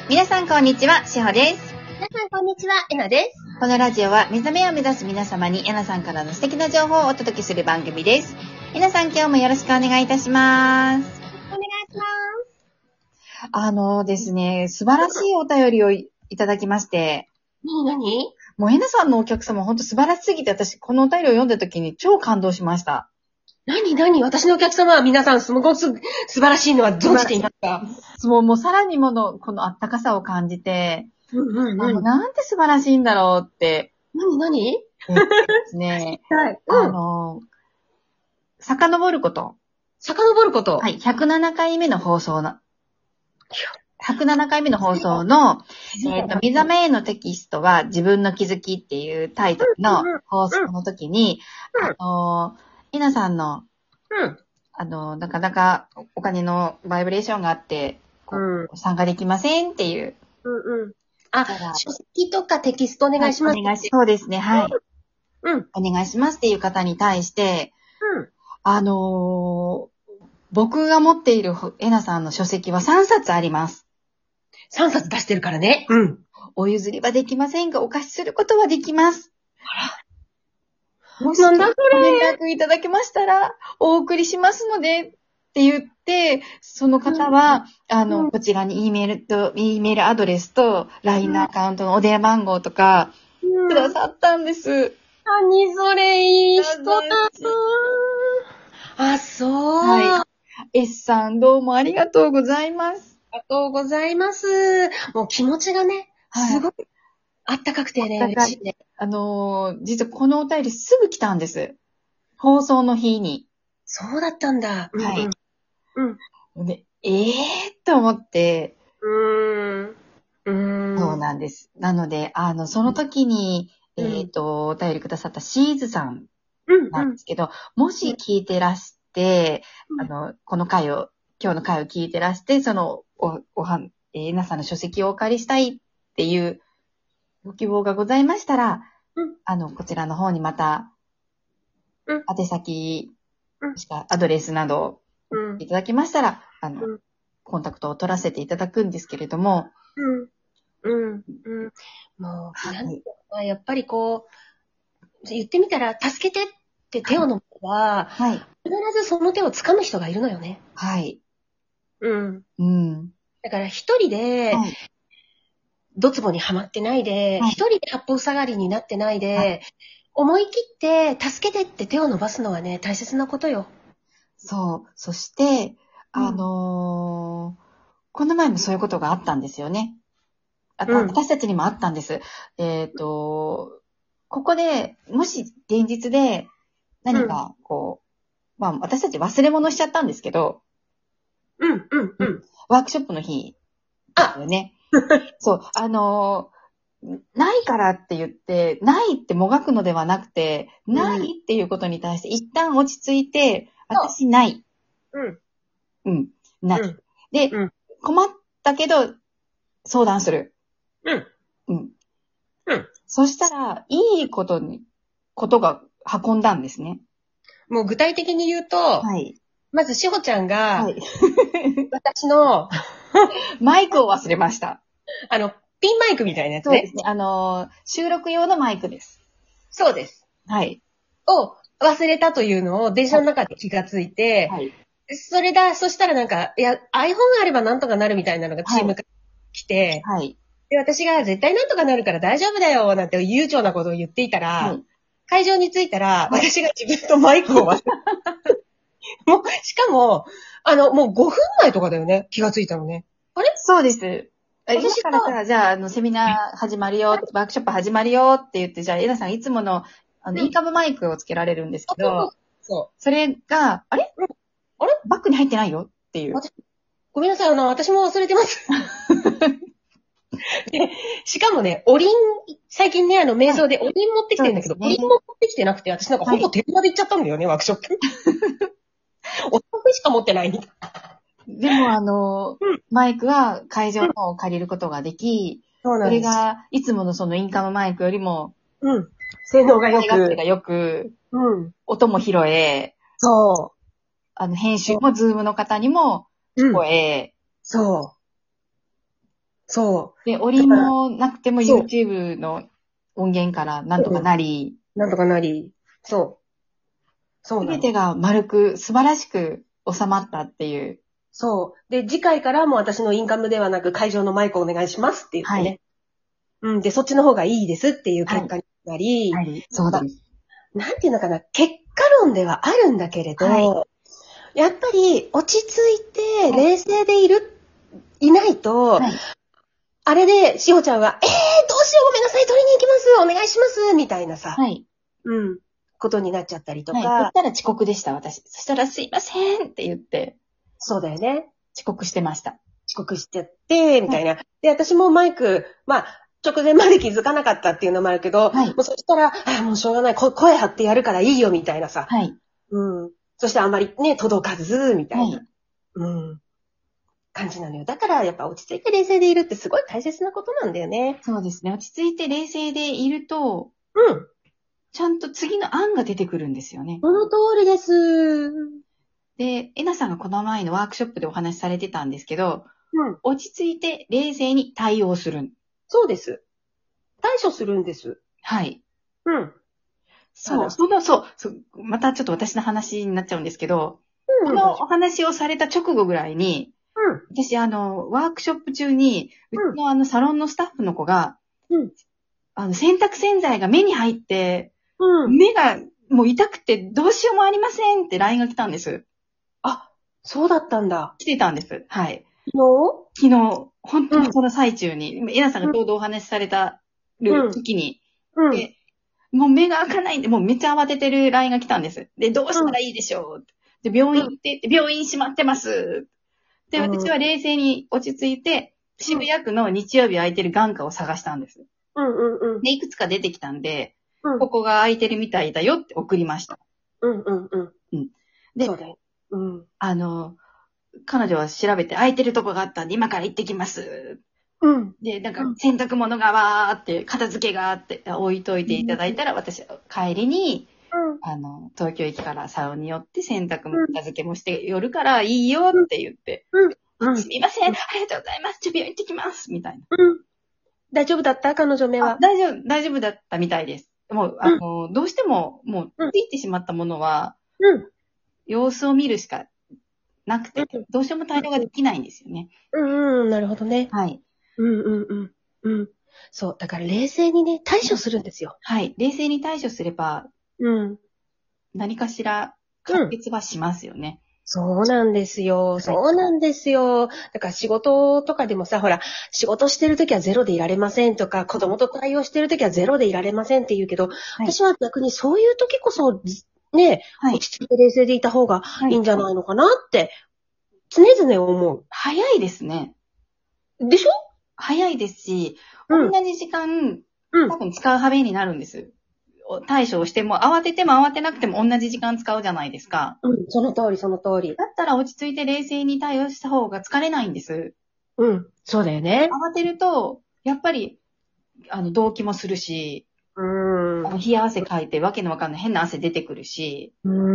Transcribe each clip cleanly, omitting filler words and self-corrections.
皆さんこんにちは、しほです。 皆さんこんにちは、えなです。 このラジオは目覚めを目指す皆様にえなさんからの素敵な情報をお届けする番組です。えなさん今日もよろしくお願いいたします。 お願いします。 ですね、素晴らしいお便りをいただきまして。 何もうえなさんのお客様本当素晴らしすぎて、私このお便りを読んだ時に超感動しました。 何私のお客様は皆さんすごく素晴らしいのは存じていますか？ もうさらにこのあったかさを感じて、なんて素晴らしいんだろうって。 何ですね。 はい。 遡ること。 はい。 107回目の放送の、107回目の放送の、目覚めへのテキストは自分の気づきっていうタイトルの放送の時に、えなさんの、なかなかお金のバイブレーションがあって、参加できませんっていう。 書籍とかテキストお願いします。 そうですね、はい。お願いしますっていう方に対して、僕が持っているえなさんの書籍は3冊あります。 3冊出してるからね。 お譲りはできませんが、お貸しすることはできます。もし、 なんだそれ。 ご連絡いただけましたら、お送りしますので、って言って、その方は、こちらに E メールアドレスと、LINE のアカウントのお電話番号とか、くださったんです。 何それ、いい人だ。そう。 はい。S さん、どうもありがとうございます。 ありがとうございます。もう気持ちがね、すごくあったかくてね、嬉しいね。 実はこのお便りすぐ来たんです。放送の日に。 そうだったんだ。 はい。で、と思って。そうなんです。なので、その時に、お便りくださったシーズさんなんですけど、もし聞いてらして、今日の回を聞いてらして、えなさんの書籍をお借りしたいっていうご希望がございましたら、こちらの方にまた、宛先、アドレスなど、いただきましたら、コンタクトを取らせていただくんですけれども、 もう、やっぱりこう、言ってみたら、助けてって手を伸ばせば、必ずその手を掴む人がいるのよね。 はい。 だから一人で、ドツボにはまってないで、一人で八方塞がりになってないで、思い切って助けてって手を伸ばすのはね、大切なことよ。 そう。そして、この前もそういうことがあったんですよね。私たちにもあったんです。ここで、もし現実で何か私たち忘れ物しちゃったんですけど、ワークショップの日ですよね。そう、ないからって言って、ないってもがくのではなくて、ないっていうことに対して一旦落ち着いて、私ない。ない。で、困ったけど、相談する。そしたら、いいことが運んだんですね。 もう具体的に言うと、まずしほちゃんが、私のマイクを忘れました。 ピンマイクみたいなやつね。 そうですね。収録用のマイクです。 そうです。 はい。 を忘れたというのを電車の中で気がついて、そしたらiPhone あればなんとかなるみたいなのがチームから来て、で、私が絶対なんとかなるから大丈夫だよ、なんて悠長なことを言っていたら、会場に着いたら、私が自分とマイクを忘れた。もう、しかも、もう5分前とかだよね、気がついたのね。あれ？ そうです。今からさ、じゃあ、セミナー始まるよ、ワークショップ始まるよって言って、じゃあ、えなさんいつもの、インカムマイクをつけられるんですけど、それが、あれバッグに入ってないよっていう。 ごめんなさい、私も忘れてます。で、しかもね、最近ね、瞑想でおりん持ってきてるんだけど、おりんも持ってきてなくて、私なんかほぼ手ぶらで行っちゃったんだよね、ワークショップ。お得しか持ってないみたいな。 でもマイクは会場のを借りることができ、それがいつものそのインカムマイクよりも、 性能が良く、音も拾え、編集もズームの方にも聞こえ、 そう。で、オリもなくても YouTube の音源からなんとかなり。 なんとかなり。そう。 そうなの。すべてが丸く素晴らしく収まったっていう。 そう。で、次回からも私のインカムではなく会場のマイクお願いしますって言ってね。はい、うん。で、そっちの方がいいですっていう結果になり。 はい。はい、そうです。 なんていうのかな。結果論ではあるんだけれど、はい、やっぱり落ち着いて冷静でいないと、はい、あれで、しほちゃんは、どうしようごめんなさい、取りに行きます、お願いします、みたいなさ。はい。うん。ことになっちゃったりとか。 はい。そしたら遅刻でした、私。そしたらすいませんって言って。 そうだよね。 遅刻してました。 遅刻しちゃって、みたいな。はい、で、私もマイク、直前まで気づかなかったっていうのもあるけど、はい、もうそしたら、もうしょうがない、声張ってやるからいいよ、みたいなさ。はい。うん。そしてあんまりね、届かず、みたいな。はい。うん。感じなのよ。だからやっぱ落ち着いて冷静でいるってすごい大切なことなんだよね。 そうですね。落ち着いて冷静でいると、 うん。 ちゃんと次の案が出てくるんですよね。 その通りです。 で、えなさんがこの前のワークショップでお話しされてたんですけど、 うん。 落ち着いて冷静に対応する。 そうです。対処するんです。 はい。 うん。 そう、またちょっと私の話になっちゃうんですけど、このお話をされた直後ぐらいに、私ワークショップ中に、うちのサロンのスタッフの子が、洗濯洗剤が目に入って、目がもう痛くてどうしようもありませんって LINE が来たんです。 あ、そうだったんだ。 来てたんです。はい。 昨日、本当にその最中に、えなさんがちょうどお話しされた時に、でもう目が開かないんで、もうめっちゃ慌ててる LINE が来たんです。で、どうしたらいいでしょう、で、病院行って、病院閉まってます。で、私は冷静に落ち着いて、渋谷区の日曜日空いてる眼科を探したんです。で、いくつか出てきたんで、ここが空いてるみたいだよって送りました。で、 そうだよ。 彼女は調べて空いてるとこがあったんで、今から行ってきます。で、なんか、洗濯物がわーって、片付けがあって置いといていただいたら、私、帰りに、東京駅からサロンに寄って洗濯も片付けもして寄るからいいよって言って、すみません、ありがとうございます、病院行ってきます、みたいな。 大丈夫だった彼女目は。 大丈夫だったみたいです。もう、どうしても、もう、ついてしまったものは、様子を見るしかなくて、どうしても対応ができないんですよね。 なるほどね。 はい。 そう。だから冷静にね、対処するんですよ。 はい。冷静に対処すれば、何かしら解決はしますよね。 そうなんですよ。そうなんですよ。だから仕事とかでもさ、ほら、仕事してるときはゼロでいられませんとか、子供と対応してるときはゼロでいられませんって言うけど、私は逆にそういうときこそ、ね、落ち着いて冷静でいた方がいいんじゃないのかなって、常々思う。 早いですね。 でしょ？ 早いですし、同じ時間、多分使う羽目になるんです。対処をしても、慌てても慌てなくても同じ時間使うじゃないですか。 その通り、その通り。 だったら落ち着いて冷静に対応した方が疲れないんです。 そうだよね。 慌てると、やっぱり、動悸もするし、冷や汗かいてわけのわかんない変な汗出てくるし、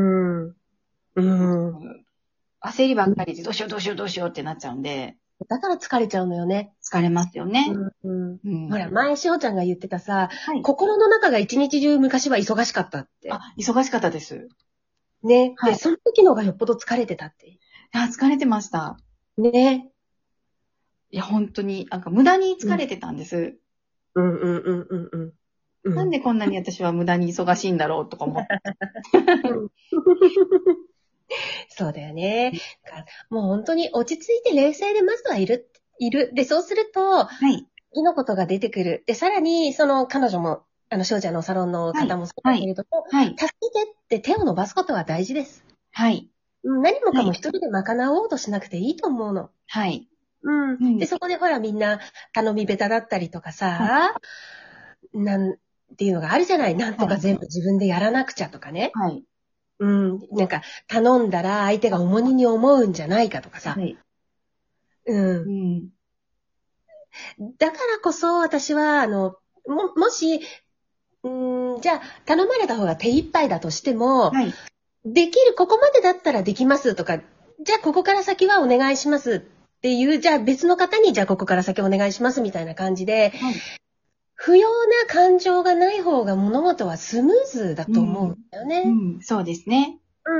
焦りばっかりでどうしようってなっちゃうんで。 だから疲れちゃうのよね。 疲れますよね。 ほら、前しほちゃんが言ってたさ、心の中が一日中昔は忙しかったって。 忙しかったです。 ね。で、その時のがよっぽど疲れてたって。 疲れてました。 ね。 いや、本当に、無駄に疲れてたんです。なんでこんなに私は無駄に忙しいんだろうとか思って。 そうだよね。もう本当に落ち着いて冷静でまずはいる。で、そうすると、次のことが出てくる。で、さらに、彼女も、しょうちゃんのサロンの方もそうだけれども、助けてって手を伸ばすことは大事です。何もかも一人で賄おうとしなくていいと思うの。で、そこでほらみんな頼み下手だったりとかさ、なんていうのがあるじゃない。なんとか全部自分でやらなくちゃとかね。なんか、頼んだら相手が重荷に思うんじゃないかとかさ。だからこそ私は、もし、じゃあ、頼まれた方が手一杯だとしても、できる、ここまでだったらできますとか、じゃあここから先はお願いしますっていう、じゃあ別の方に、じゃあここから先お願いしますみたいな感じで、はい、不要な感情がない方が物事はスムーズだと思うんだよね。 そうですね。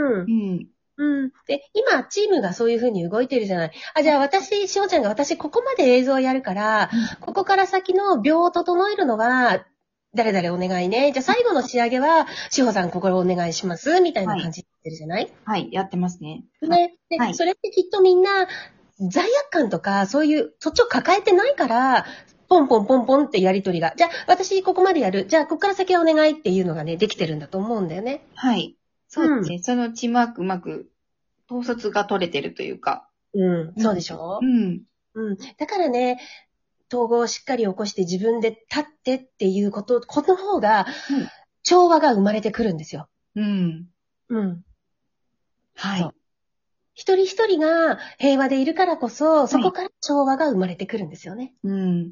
で、今、チームがそういう風に動いてるじゃない。じゃあしおちゃんがここまで映像をやるから、ここから先の秒を整えるのは、誰々お願いね。じゃあ最後の仕上げは、しほさんここお願いします。みたいな感じでやってるじゃない？ はい、やってますね。 ね。で、それってきっとみんな、罪悪感とか、そういう、そっちを抱えてないから、ポンポンポンポンってやりとりが。じゃあ、私ここまでやる。じゃあ、ここから先はお願いっていうのがね、できてるんだと思うんだよね。 はい。そうですね。そのチームワークうまく、統率が取れてるというか。 そうでしょ？だからね、統合をしっかり起こして自分で立ってっていうこと、この方が、調和が生まれてくるんですよ。はい。一人一人が平和でいるからこそ、そこから調和が生まれてくるんですよね。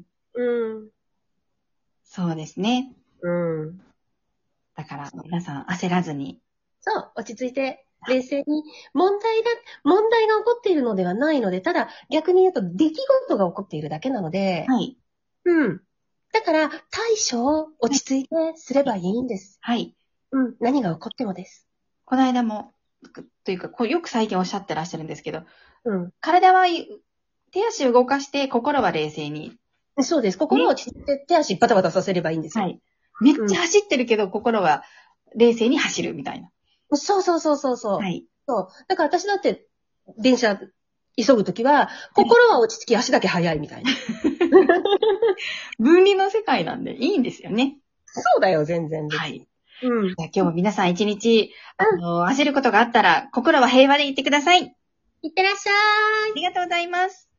そうですね。だから皆さん焦らずに。 そう、落ち着いて、冷静に、問題が起こっているのではないので、ただ逆に言うと出来事が起こっているだけなので、 はい。 だから対処を落ち着いてすればいいんです。 はい。 何が起こってもです。 この間も、というか、よく最近おっしゃってらっしゃるんですけど、体は手足を動かして心は冷静に。 そうです。心を落ち着いて手足バタバタさせればいいんですよ。はい。 めっちゃ走ってるけど、心は冷静に走るみたいな。 そう。 はい。 そう。だから私だって電車急ぐときは、心は落ち着き足だけ速いみたいな。 分離の世界なんでいいんですよね。 そうだよ、全然。 はい。今日も皆さん一日、焦ることがあったら、心は平和でいってください。 いってらっしゃい。 ありがとうございます。